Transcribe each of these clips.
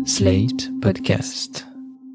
Slate Podcast.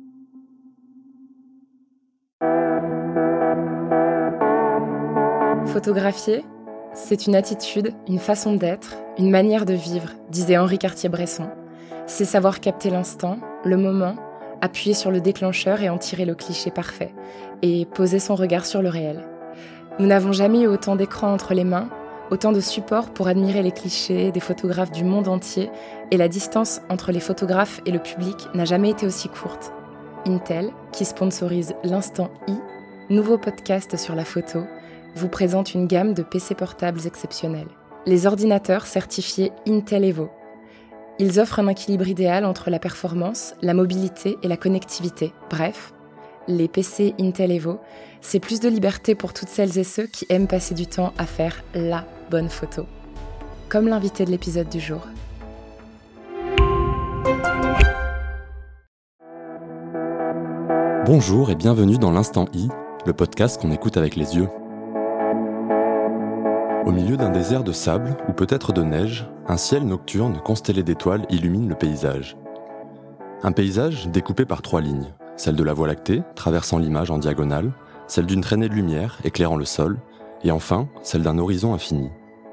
Photographier, c'est une attitude, une façon d'être, une manière de vivre, disait Henri Cartier-Bresson. C'est savoir capter l'instant, le moment, appuyer sur le déclencheur et en tirer le cliché parfait, et poser son regard sur le réel. Nous n'avons jamais eu autant d'écrans entre les mains, autant de supports pour admirer les clichés des photographes du monde entier, et la distance entre les photographes et le public n'a jamais été aussi courte. Intel, qui sponsorise l'Instant I, nouveau podcast sur la photo, vous présente une gamme de PC portables exceptionnels. Les ordinateurs certifiés Intel Evo. Ils offrent un équilibre idéal entre la performance, la mobilité et la connectivité. Bref, les PC Intel Evo, c'est plus de liberté pour toutes celles et ceux qui aiment passer du temps à faire la bonne photo. Comme l'invité de l'épisode du jour. Bonjour et bienvenue dans l'Instant I, le podcast qu'on écoute avec les yeux. Au milieu d'un désert de sable, ou peut-être de neige, un ciel nocturne constellé d'étoiles illumine le paysage. Un paysage découpé par 3 lignes, celle de la Voie lactée, traversant l'image en diagonale, celle d'une traînée de lumière éclairant le sol, et enfin, celle d'un horizon infini.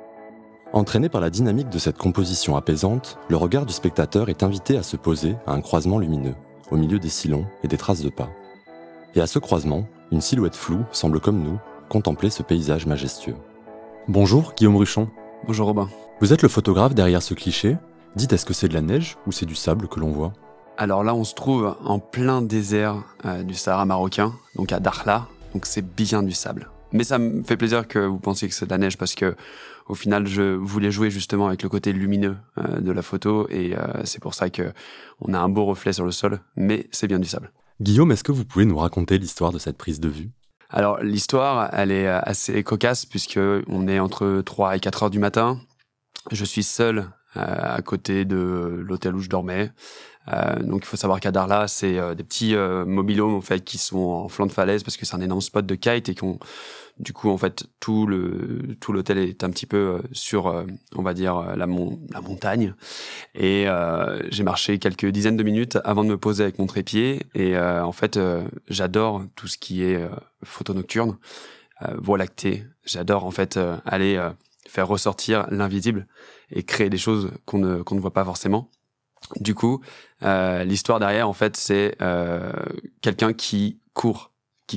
Entraîné par la dynamique de cette composition apaisante, le regard du spectateur est invité à se poser à un croisement lumineux, au milieu des sillons et des traces de pas. Et à ce croisement, une silhouette floue semble comme nous contempler ce paysage majestueux. Bonjour Guillaume Ruchon. Bonjour Robin. Vous êtes le photographe derrière ce cliché. Dites, est-ce que c'est de la neige ou c'est du sable que l'on voit ? Alors là, on se trouve en plein désert du Sahara marocain, donc à Dakhla, donc c'est bien du sable. Mais ça me fait plaisir que vous pensiez que c'est de la neige parce que au final, je voulais jouer justement avec le côté lumineux de la photo et c'est pour ça que on a un beau reflet sur le sol, mais c'est bien du sable. Guillaume, est-ce que vous pouvez nous raconter l'histoire de cette prise de vue ? Alors l'histoire, elle est assez cocasse puisque on est entre 3 et 4 heures du matin. Je suis seul à côté de l'hôtel où je dormais. Donc il faut savoir qu'à Dakhla, c'est des petits mobil-homes en fait qui sont en flanc de falaise parce que c'est un énorme spot de kite et qu'on du coup en fait tout l'hôtel est un petit peu sur on va dire la montagne et j'ai marché quelques dizaines de minutes avant de me poser avec mon trépied et en fait j'adore tout ce qui est photo nocturne, Voie lactée. J'adore en fait aller faire ressortir l'invisible et créer des choses qu'on ne voit pas forcément. Du coup, l'histoire derrière, en fait, c'est quelqu'un qui court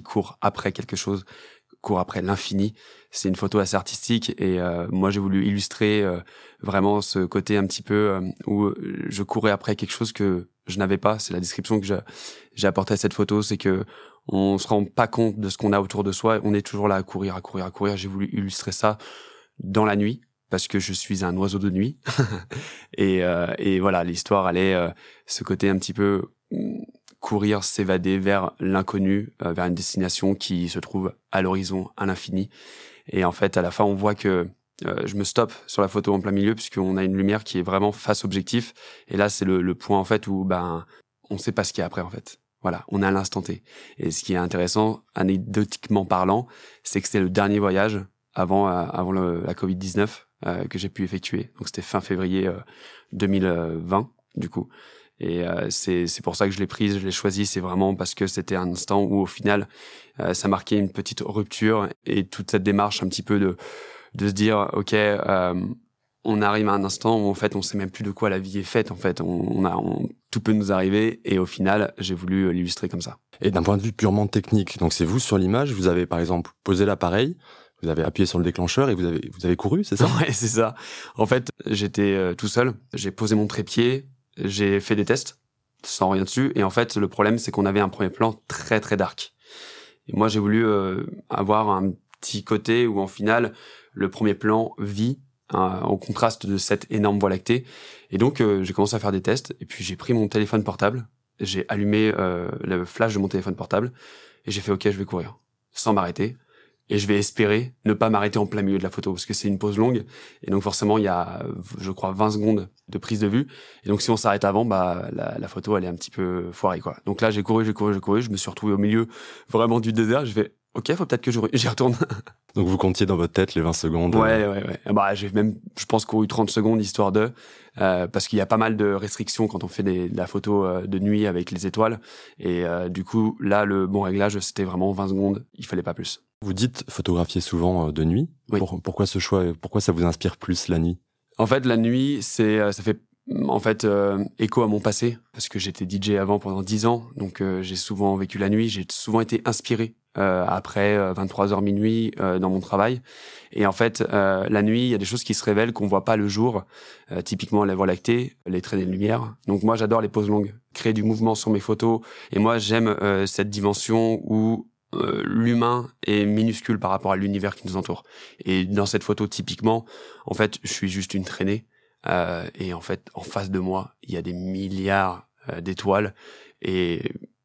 après quelque chose, court après l'infini. C'est une photo assez artistique et moi, j'ai voulu illustrer vraiment ce côté un petit peu où je courais après quelque chose que je n'avais pas. C'est la description que j'ai apportée à cette photo, c'est que on se rend pas compte de ce qu'on a autour de soi. On est toujours là à courir. J'ai voulu illustrer ça dans la nuit. Parce que je suis un oiseau de nuit. et voilà, l'histoire, elle est ce côté un petit peu courir, s'évader vers l'inconnu, vers une destination qui se trouve à l'horizon, à l'infini. Et en fait, à la fin, on voit que je me stoppe sur la photo en plein milieu puisqu'on a une lumière qui est vraiment face objectif. Et là, c'est le point en fait où on sait pas ce qu'il y a après en fait. Voilà, on est à l'instant T. Et ce qui est intéressant, anecdotiquement parlant, c'est que c'est le dernier voyage avant la Covid-19 que j'ai pu effectuer. Donc c'était fin février 2020 du coup. Et c'est pour ça que je l'ai choisi, c'est vraiment parce que c'était un instant où au final ça marquait une petite rupture et toute cette démarche un petit peu de se dire OK, on arrive à un instant où en fait on sait même plus de quoi la vie est faite en fait, tout peut nous arriver et au final, j'ai voulu l'illustrer comme ça. Et d'un point de vue purement technique, donc c'est vous sur l'image, vous avez par exemple posé l'appareil, vous avez appuyé sur le déclencheur et vous avez couru, c'est ça ? Ouais, c'est ça. En fait, j'étais tout seul. J'ai posé mon trépied, j'ai fait des tests sans rien dessus. Et en fait, le problème, c'est qu'on avait un premier plan très, très dark. Et moi, j'ai voulu avoir un petit côté où, en final, le premier plan vit au contraste de cette énorme Voie lactée. Et donc, j'ai commencé à faire des tests. Et puis, j'ai pris mon téléphone portable. J'ai allumé le flash de mon téléphone portable. Et j'ai fait OK, je vais courir. Sans m'arrêter. Et je vais espérer ne pas m'arrêter en plein milieu de la photo parce que c'est une pause longue et donc forcément il y a je crois 20 secondes de prise de vue et donc si on s'arrête avant la photo elle est un petit peu foirée quoi. Donc là j'ai couru, je me suis retrouvé au milieu vraiment du désert, j'ai fait ok, faut peut-être que j'y retourne. Donc vous comptiez dans votre tête les 20 secondes. Ouais. Bah, j'ai même, je pense, couru 30 secondes histoire de, parce qu'il y a pas mal de restrictions quand on fait de la photo de nuit avec les étoiles. Et du coup, là, le bon réglage, c'était vraiment 20 secondes. Il fallait pas plus. Vous dites photographier souvent de nuit. Oui. Pourquoi ce choix? Pourquoi ça vous inspire plus la nuit? En fait, la nuit, ça fait en fait écho à mon passé, parce que j'étais DJ avant pendant 10 ans, donc j'ai souvent vécu la nuit, j'ai souvent été inspiré après 23h minuit dans mon travail. Et en fait, la nuit, il y a des choses qui se révèlent qu'on voit pas le jour, typiquement la Voie lactée, les traînées de lumière. Donc moi, j'adore les poses longues, créer du mouvement sur mes photos. Et moi, j'aime cette dimension où l'humain est minuscule par rapport à l'univers qui nous entoure. Et dans cette photo, typiquement, en fait, je suis juste une traînée. Et en fait, en face de moi, il y a des milliards d'étoiles. Et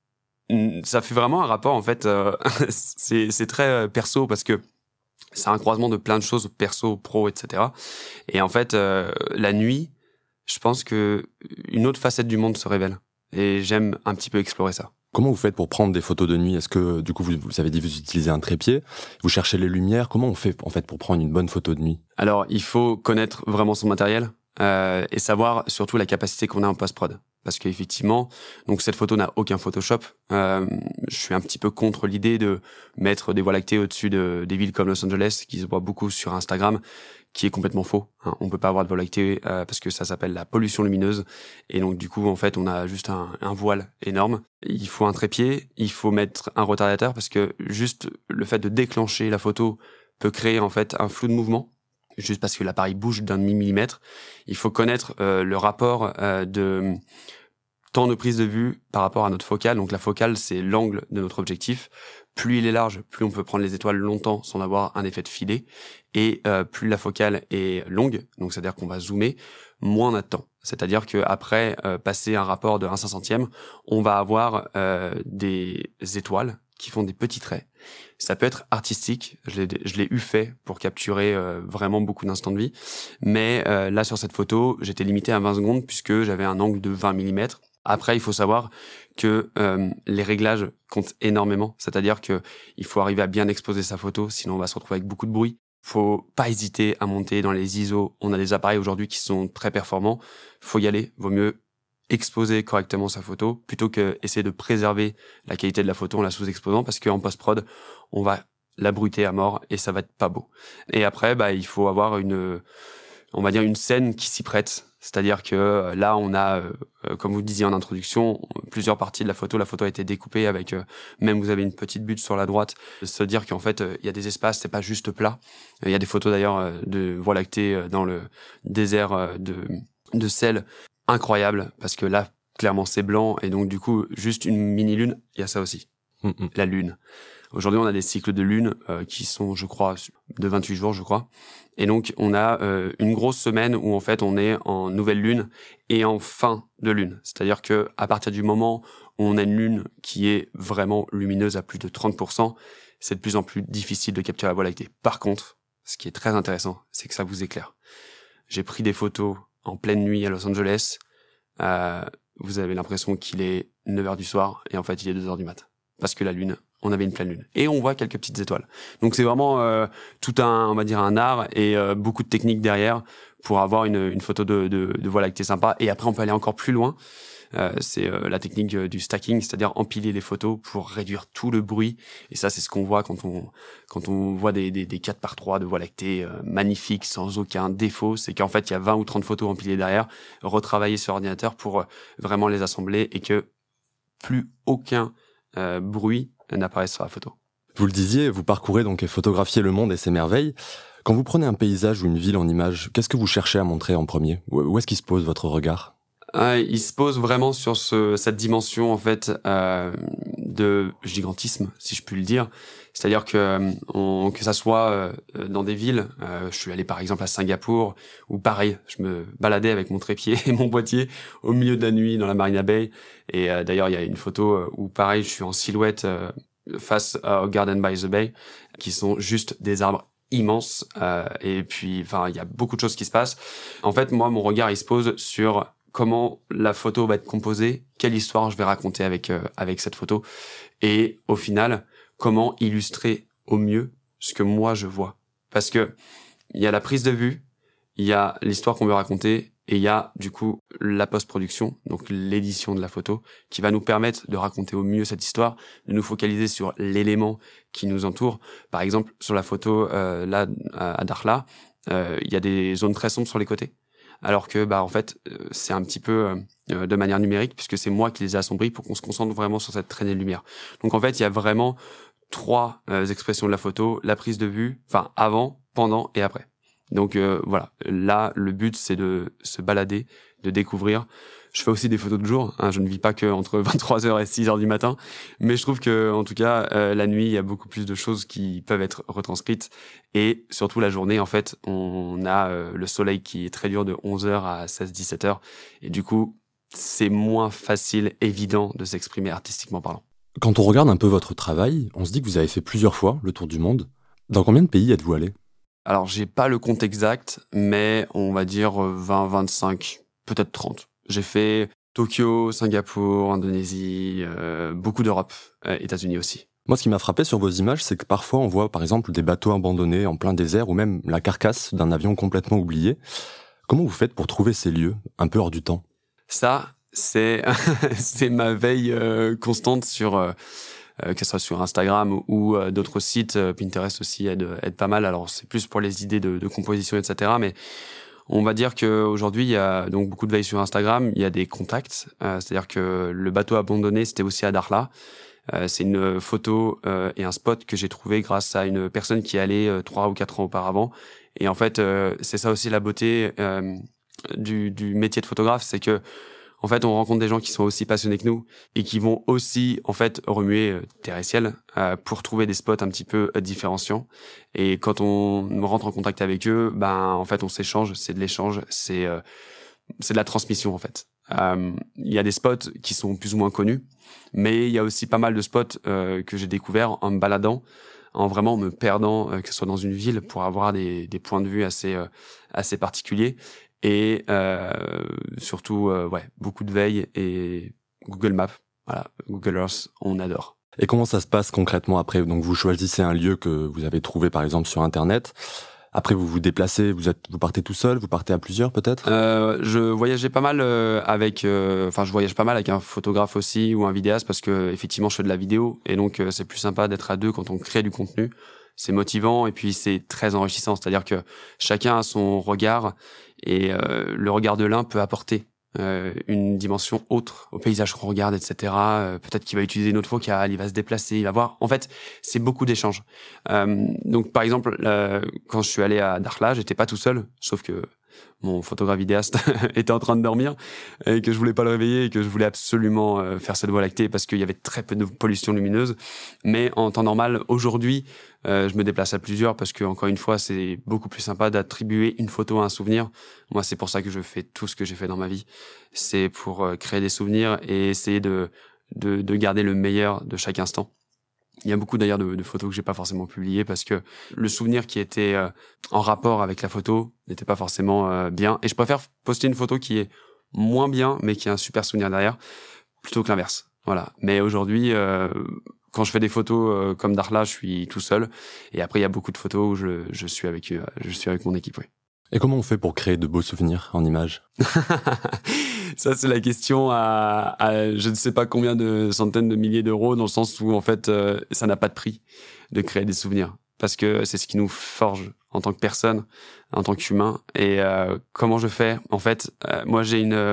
ça fait vraiment un rapport, en fait, c'est très perso parce que c'est un croisement de plein de choses, perso, pro, etc. Et en fait, la nuit, je pense que une autre facette du monde se révèle. Et j'aime un petit peu explorer ça. Comment vous faites pour prendre des photos de nuit? Est-ce que, du coup, vous avez dit vous utilisez un trépied, vous cherchez les lumières? Comment on fait, en fait, pour prendre une bonne photo de nuit? Alors, il faut connaître vraiment son matériel et savoir surtout la capacité qu'on a en post-prod. Parce qu'effectivement, donc cette photo n'a aucun Photoshop. Je suis un petit peu contre l'idée de mettre des voies lactées au-dessus des villes comme Los Angeles, qui se voit beaucoup sur Instagram, qui est complètement faux. Hein. On peut pas avoir de voie lactée parce que ça s'appelle la pollution lumineuse. Et donc du coup, en fait, on a juste un voile énorme. Il faut un trépied, il faut mettre un retardateur parce que juste le fait de déclencher la photo peut créer en fait un flou de mouvement. Juste parce que l'appareil bouge d'un demi-millimètre. Il faut connaître le rapport de temps de prise de vue par rapport à notre focale. Donc la focale, c'est l'angle de notre objectif. Plus il est large, plus on peut prendre les étoiles longtemps sans avoir un effet de filet. Et plus la focale est longue, donc c'est-à-dire qu'on va zoomer, moins on a de temps. C'est-à-dire qu'après passer un rapport de 1/500, on va avoir des étoiles qui font des petits traits. Ça peut être artistique, je l'ai eu fait pour capturer vraiment beaucoup d'instants de vie, mais là sur cette photo, j'étais limité à 20 secondes puisque j'avais un angle de 20 mm. Après, il faut savoir que les réglages comptent énormément, c'est-à-dire que il faut arriver à bien exposer sa photo, sinon on va se retrouver avec beaucoup de bruit. Faut pas hésiter à monter dans les ISO. On a des appareils aujourd'hui qui sont très performants. Faut y aller, vaut mieux exposer correctement sa photo plutôt que essayer de préserver la qualité de la photo en la sous-exposant parce qu'en post-prod, on va la bruiter à mort et ça va être pas beau. Et après, il faut avoir on va dire une scène qui s'y prête. C'est-à-dire que là, on a, comme vous le disiez en introduction, plusieurs parties de la photo. La photo a été découpée avec, même vous avez une petite butte sur la droite. Se dire qu'en fait, il y a des espaces, c'est pas juste plat. Il y a des photos d'ailleurs de Voie lactée dans le désert de sel. Incroyable, parce que là, clairement, c'est blanc. Et donc, du coup, juste une mini-lune, il y a ça aussi. La lune. Aujourd'hui, on a des cycles de lune qui sont, je crois, de 28 jours, je crois. Et donc, on a une grosse semaine où, en fait, on est en nouvelle lune et en fin de lune. C'est-à-dire que à partir du moment où on a une lune qui est vraiment lumineuse à plus de 30%, c'est de plus en plus difficile de capturer la Voie lactée. Par contre, ce qui est très intéressant, c'est que ça vous éclaire. J'ai pris des photos en pleine nuit à Los Angeles. Vous avez l'impression qu'il est 9h du soir et en fait, il est 2h du mat. Parce que la lune, on avait une pleine lune. Et on voit quelques petites étoiles. Donc c'est vraiment tout on va dire un art et beaucoup de techniques derrière pour avoir une photo de Voie lactée sympa. Et après, on peut aller encore plus loin. C'est la technique du stacking, c'est-à-dire empiler les photos pour réduire tout le bruit. Et ça, c'est ce qu'on voit quand on voit des 4x3 de Voie lactée magnifiques, sans aucun défaut. C'est qu'en fait, il y a 20 ou 30 photos empilées derrière, retravaillées sur ordinateur pour vraiment les assembler et que plus aucun bruit n'apparaisse sur la photo. Vous le disiez, vous parcourez donc et photographiez le monde et ses merveilles. Quand vous prenez un paysage ou une ville en image, qu'est-ce que vous cherchez à montrer en premier? Où est-ce qu'il se pose votre regard? Il se pose vraiment sur cette dimension en fait de gigantisme, si je puis le dire. C'est-à-dire que ça soit dans des villes, je suis allé par exemple à Singapour, où pareil, je me baladais avec mon trépied et mon boîtier au milieu de la nuit dans la Marina Bay. Et d'ailleurs, il y a une photo où pareil, je suis en silhouette face au Garden by the Bay, qui sont juste des arbres immenses. Et puis, enfin, il y a beaucoup de choses qui se passent. En fait, moi, mon regard, il se pose sur comment la photo va être composée, quelle histoire je vais raconter avec cette photo, et au final, comment illustrer au mieux ce que moi je vois. Parce que il y a la prise de vue, il y a l'histoire qu'on veut raconter, et il y a du coup la post-production, donc l'édition de la photo, qui va nous permettre de raconter au mieux cette histoire, de nous focaliser sur l'élément qui nous entoure. Par exemple, sur la photo là à Dakhla, il y a des zones très sombres sur les côtés, alors que en fait c'est un petit peu de manière numérique, puisque c'est moi qui les ai assombris pour qu'on se concentre vraiment sur cette traînée de lumière. Donc en fait, il y a vraiment 3 expressions de la photo: la prise de vue, enfin avant, pendant et après. Donc voilà, là le but c'est de se balader, de découvrir. Je fais aussi des photos de jour, hein, je ne vis pas que entre 23h et 6h du matin, mais je trouve que en tout cas la nuit, il y a beaucoup plus de choses qui peuvent être retranscrites, et surtout la journée en fait, on a le soleil qui est très dur de 11h à 16-17h, et du coup, c'est moins facile, évident de s'exprimer artistiquement parlant. Quand on regarde un peu votre travail, on se dit que vous avez fait plusieurs fois le tour du monde. Dans combien de pays êtes-vous allé ? Alors, j'ai pas le compte exact, mais on va dire 20, 25, peut-être 30. J'ai fait Tokyo, Singapour, Indonésie, beaucoup d'Europe, États-Unis aussi. Moi, ce qui m'a frappé sur vos images, c'est que parfois on voit par exemple des bateaux abandonnés en plein désert ou même la carcasse d'un avion complètement oublié. Comment vous faites pour trouver ces lieux un peu hors du temps ? Ça, c'est c'est ma veille constante sur que ce soit sur Instagram ou d'autres sites. Pinterest aussi aide pas mal. Alors c'est plus pour les idées de composition, etc. Mais on va dire qu'aujourd'hui, il y a donc beaucoup de veille sur Instagram. Il y a des contacts. C'est-à-dire que le bateau abandonné, c'était aussi à Dakhla. C'est une photo et un spot que j'ai trouvé grâce à une personne qui est allée 3 ou 4 ans auparavant. Et en fait, c'est ça aussi la beauté du métier de photographe, c'est que en fait, on rencontre des gens qui sont aussi passionnés que nous et qui vont aussi, en fait, remuer terre et ciel pour trouver des spots un petit peu différenciants. Et quand on rentre en contact avec eux, en fait, on s'échange. C'est de l'échange, c'est de la transmission, en fait. Il y a des spots qui sont plus ou moins connus, mais il y a aussi pas mal de spots que j'ai découverts en me baladant, en vraiment me perdant, que ce soit dans une ville, pour avoir des points de vue assez particuliers. Et surtout, beaucoup de veille et Google Maps. Voilà, Google Earth, on adore. Et comment ça se passe concrètement après ? Donc vous choisissez un lieu que vous avez trouvé par exemple sur Internet. Après vous vous déplacez, vous partez tout seul, vous partez à plusieurs peut-être ? Je voyageais pas mal je voyage pas mal avec un photographe aussi ou un vidéaste, parce que effectivement je fais de la vidéo et donc c'est plus sympa d'être à deux quand on crée du contenu. C'est motivant et puis c'est très enrichissant. C'est-à-dire que chacun a son regard et le regard de l'un peut apporter une dimension autre au paysage qu'on regarde, etc. Peut-être qu'il va utiliser une autre focale, il va se déplacer, il va voir. En fait, c'est beaucoup d'échanges. Donc, par exemple, quand je suis allé à Dakhla, j'étais pas tout seul, sauf que mon photographe vidéaste était en train de dormir et que je voulais pas le réveiller et que je voulais absolument faire cette Voie lactée parce qu'il y avait très peu de pollution lumineuse. Mais en temps normal, aujourd'hui, je me déplace à plusieurs parce que, encore une fois, c'est beaucoup plus sympa d'attribuer une photo à un souvenir. Moi, c'est pour ça que je fais tout ce que j'ai fait dans ma vie. C'est pour créer des souvenirs et essayer de garder le meilleur de chaque instant. Il y a beaucoup d'ailleurs de photos que j'ai pas forcément publiées parce que le souvenir qui était en rapport avec la photo n'était pas forcément bien. Et je préfère poster une photo qui est moins bien mais qui a un super souvenir derrière plutôt que l'inverse. Voilà. Mais aujourd'hui, quand je fais des photos comme Dakhla, je suis tout seul. Et après, il y a beaucoup de photos où je suis avec mon équipe. Oui. Et comment on fait pour créer de beaux souvenirs en images ? Ça, c'est la question à je ne sais pas combien de centaines de milliers d'euros, dans le sens où, en fait, ça n'a pas de prix de créer des souvenirs. Parce que c'est ce qui nous forge en tant que personne, en tant qu'humain. Et comment je fais ? En fait, moi,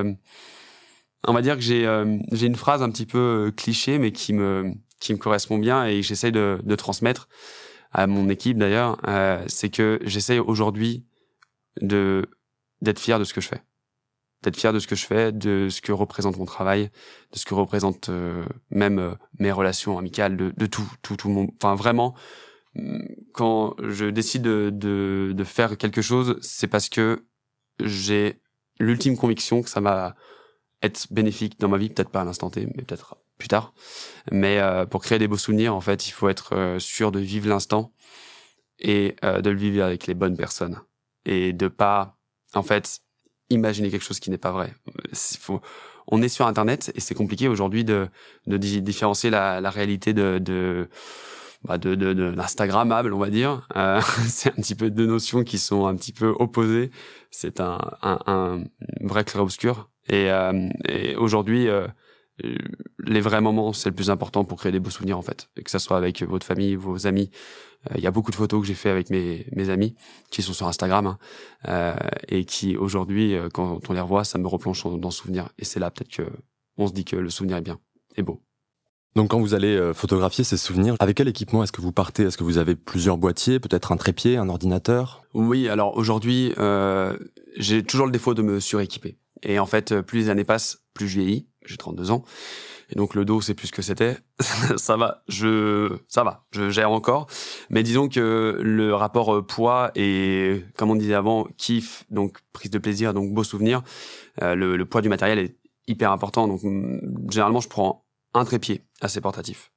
on va dire que j'ai une phrase un petit peu cliché, mais qui me correspond bien et que j'essaye de transmettre à mon équipe, d'ailleurs. C'est que j'essaye aujourd'hui d'être fier de ce que je fais. D'être fier de ce que je fais, de ce que représente mon travail, de ce que représente même mes relations amicales, de tout le monde. Enfin, vraiment, quand je décide de faire quelque chose, c'est parce que j'ai l'ultime conviction que ça va être bénéfique dans ma vie, peut-être pas à l'instant T, mais peut-être plus tard. Mais pour créer des beaux souvenirs, en fait, il faut être sûr de vivre l'instant et de le vivre avec les bonnes personnes. Et de pas, en fait, imaginer quelque chose qui n'est pas vrai. On est sur Internet et c'est compliqué aujourd'hui de différencier la réalité de d'instagrammables, on va dire. C'est un petit peu deux notions qui sont un petit peu opposées. C'est un vrai clair-obscur. Et aujourd'hui, les vrais moments, c'est le plus important pour créer des beaux souvenirs, en fait. Et que ça soit avec votre famille, vos amis. Il y a beaucoup de photos que j'ai fait avec mes amis qui sont sur Instagram, et qui, aujourd'hui, quand on les revoit, ça me replonge dans le souvenir. Et c'est là, peut-être que on se dit que le souvenir est bien, est beau. Donc quand vous allez photographier ces souvenirs, avec quel équipement est-ce que vous partez ? Est-ce que vous avez plusieurs boîtiers, peut-être un trépied, un ordinateur ? Oui, alors aujourd'hui, j'ai toujours le défaut de me suréquiper. Et en fait, plus les années passent, plus je vieillis. J'ai 32 ans. Et donc le dos, c'est plus ce que c'était. Ça va, je gère encore. Mais disons que le rapport poids et, comme on disait avant, kiff, donc prise de plaisir, donc beau souvenir, le poids du matériel est hyper important. Donc généralement, je prends un trépied assez portatif,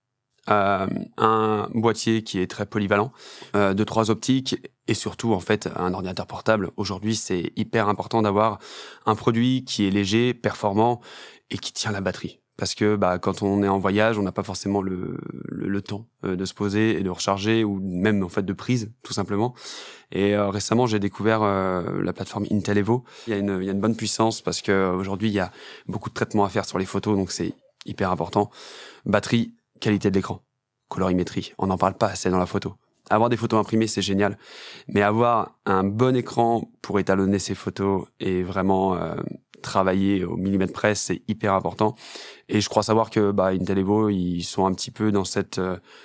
un boîtier qui est très polyvalent, 2-3 optiques et surtout en fait un ordinateur portable. Aujourd'hui, c'est hyper important d'avoir un produit qui est léger, performant et qui tient la batterie. Parce que quand on est en voyage, on n'a pas forcément le temps de se poser et de recharger, ou même en fait de prise, tout simplement. Et récemment, j'ai découvert la plateforme Intelevo. Il y a une bonne puissance parce que aujourd'hui, il y a beaucoup de traitements à faire sur les photos, donc c'est hyper important. Batterie, qualité de l'écran, colorimétrie. On n'en parle pas assez dans la photo. Avoir des photos imprimées, c'est génial. Mais avoir un bon écran pour étalonner ses photos et vraiment travailler au millimètre près, c'est hyper important. Et je crois savoir que Intelevo, ils sont un petit peu dans cette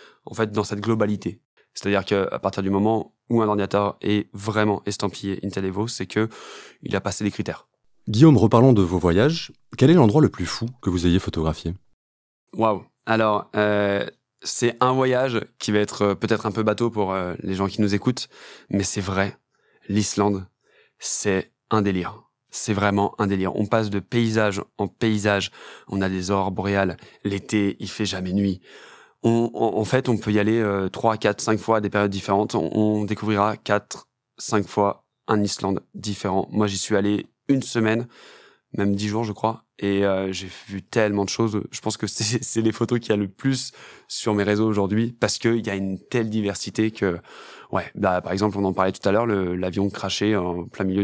globalité. C'est-à-dire qu'à partir du moment où un ordinateur est vraiment estampillé Intelevo, c'est que il a passé les critères. Guillaume, reparlons de vos voyages. Quel est l'endroit le plus fou que vous ayez photographié ? Waouh. Alors, c'est un voyage qui va être peut-être un peu bateau pour les gens qui nous écoutent, mais c'est vrai. L'Islande, c'est un délire. C'est vraiment un délire. On passe de paysage en paysage. On a des aurores boréales. L'été, il fait jamais nuit. En fait, on peut y aller 3, 4, 5 fois à des périodes différentes. On découvrira 4, 5 fois un Islande différent. Moi, j'y suis allé une semaine, même 10 jours, je crois. Et j'ai vu tellement de choses. Je pense que c'est les photos qu'il y a le plus sur mes réseaux aujourd'hui parce qu'il y a une telle diversité que, par exemple, on en parlait tout à l'heure, l'avion crashé en plein milieu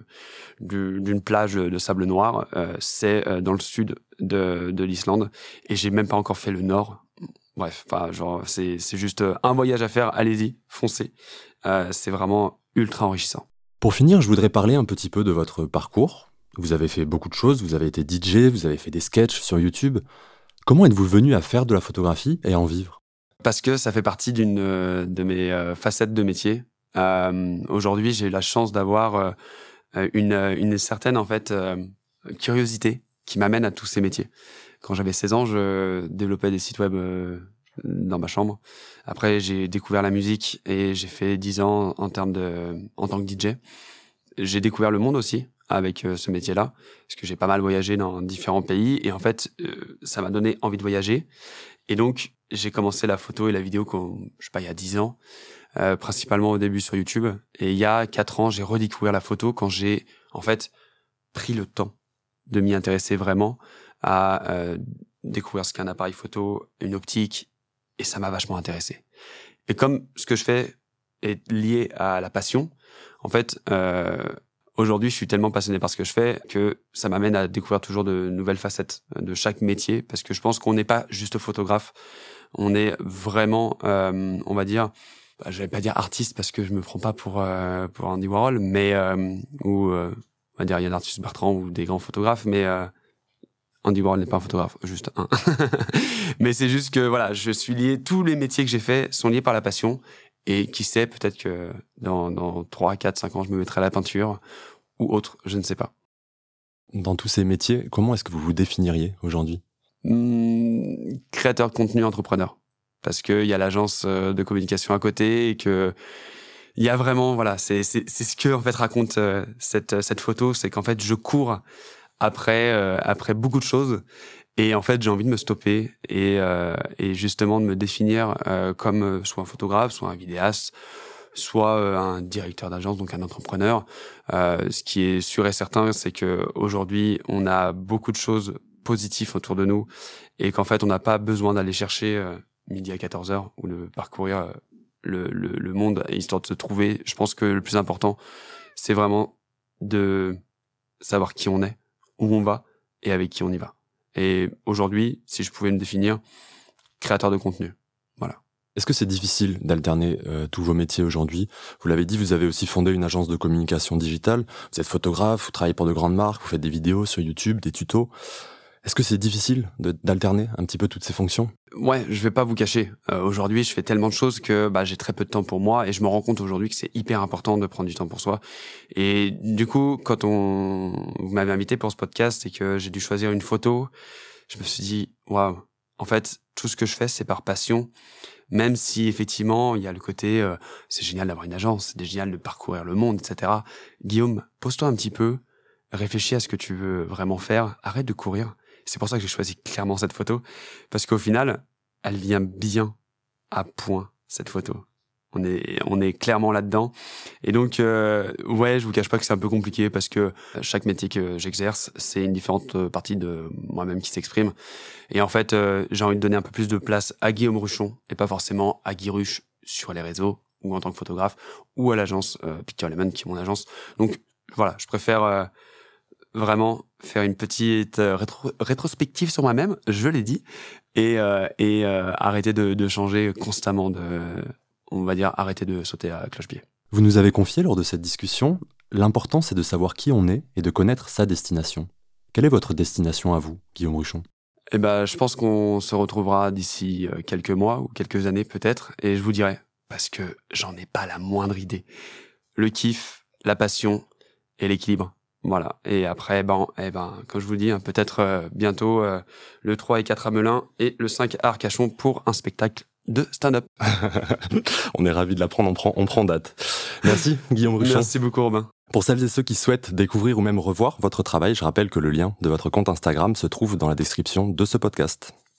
d'une plage de sable noir. C'est dans le sud de l'Islande et j'ai même pas encore fait le nord. Bref, c'est juste un voyage à faire. Allez-y, foncez. C'est vraiment ultra enrichissant. Pour finir, je voudrais parler un petit peu de votre parcours. Vous avez fait beaucoup de choses, vous avez été DJ, vous avez fait des sketchs sur YouTube. Comment êtes-vous venu à faire de la photographie et à en vivre ? Parce que ça fait partie d'une de mes facettes de métier. Aujourd'hui, j'ai eu la chance d'avoir une certaine en fait curiosité qui m'amène à tous ces métiers. Quand j'avais 16 ans, je développais des sites web dans ma chambre. Après, j'ai découvert la musique et j'ai fait 10 ans en tant que DJ. J'ai découvert le monde aussi avec ce métier-là, parce que j'ai pas mal voyagé dans différents pays et en fait, ça m'a donné envie de voyager. Et donc, j'ai commencé la photo et la vidéo il y a 10 ans, principalement au début sur YouTube. Et il y a 4 ans, j'ai redécouvert la photo quand j'ai en fait pris le temps de m'y intéresser vraiment à découvrir ce qu'est un appareil photo, une optique, et ça m'a vachement intéressé. Et comme ce que je fais est lié à la passion, en fait, aujourd'hui, je suis tellement passionné par ce que je fais que ça m'amène à découvrir toujours de nouvelles facettes de chaque métier, parce que je pense qu'on n'est pas juste photographe, on est vraiment, on va dire, je vais pas dire artiste parce que je me prends pas pour Andy Warhol, mais ou on va dire Yann Arthus Bertrand ou des grands photographes, mais Andy Warhol n'est pas un photographe, juste un. Mais c'est juste que voilà, je suis lié, tous les métiers que j'ai faits sont liés par la passion. Et qui sait, peut-être que dans 3, 4, 5 ans, je me mettrai à la peinture ou autre, je ne sais pas. Dans tous ces métiers, comment est-ce que vous vous définiriez aujourd'hui ? Créateur de contenu, entrepreneur. Parce qu'il y a l'agence de communication à côté et que il y a vraiment, voilà, c'est ce que en fait raconte cette photo, c'est qu'en fait je cours après beaucoup de choses. Et en fait, j'ai envie de me stopper et justement de me définir comme soit un photographe, soit un vidéaste, soit un directeur d'agence, donc un entrepreneur. Ce qui est sûr et certain, c'est que aujourd'hui, on a beaucoup de choses positives autour de nous et qu'en fait, on n'a pas besoin d'aller chercher midi à 14h ou de parcourir le monde histoire de se trouver. Je pense que le plus important, c'est vraiment de savoir qui on est, où on va et avec qui on y va. Et aujourd'hui, si je pouvais me définir, créateur de contenu. Voilà. Est-ce que c'est difficile d'alterner tous vos métiers aujourd'hui ? Vous l'avez dit, vous avez aussi fondé une agence de communication digitale. Vous êtes photographe, vous travaillez pour de grandes marques, vous faites des vidéos sur YouTube, des tutos. Est-ce que c'est difficile d'alterner un petit peu toutes ces fonctions ? Ouais, je vais pas vous cacher. Aujourd'hui, je fais tellement de choses que j'ai très peu de temps pour moi et je me rends compte aujourd'hui que c'est hyper important de prendre du temps pour soi. Et du coup, quand vous m'avez invité pour ce podcast et que j'ai dû choisir une photo, je me suis dit, waouh, en fait, tout ce que je fais, c'est par passion. Même si effectivement, il y a le côté, c'est génial d'avoir une agence, c'est génial de parcourir le monde, etc. Guillaume, pose-toi un petit peu, réfléchis à ce que tu veux vraiment faire, arrête de courir. C'est pour ça que j'ai choisi clairement cette photo, parce qu'au final, elle vient bien à point, cette photo. On est clairement là-dedans. Et donc, je vous cache pas que c'est un peu compliqué, parce que chaque métier que j'exerce, c'est une différente partie de moi-même qui s'exprime. Et en fait, j'ai envie de donner un peu plus de place à Guillaume Ruchon, et pas forcément à Guy Ruche sur les réseaux, ou en tant que photographe, ou à l'agence Picture Element, qui est mon agence. Donc, voilà, je préfère... vraiment faire une petite rétrospective sur moi-même, je l'ai dit, et arrêter de changer constamment, on va dire arrêter de sauter à cloche-pied. Vous nous avez confié lors de cette discussion, l'important c'est de savoir qui on est et de connaître sa destination. Quelle est votre destination à vous, Guillaume Ruchon ? Je pense qu'on se retrouvera d'ici quelques mois ou quelques années peut-être, et je vous dirai, parce que j'en ai pas la moindre idée. Le kiff, la passion et l'équilibre. Voilà. Et après, comme je vous le dis, peut-être bientôt le 3 et 4 à Melun et le 5 à Arcachon pour un spectacle de stand-up. On est ravis de l'apprendre, on prend date. Merci Guillaume Ruchon. Merci beaucoup Robin. Pour celles et ceux qui souhaitent découvrir ou même revoir votre travail, je rappelle que le lien de votre compte Instagram se trouve dans la description de ce podcast.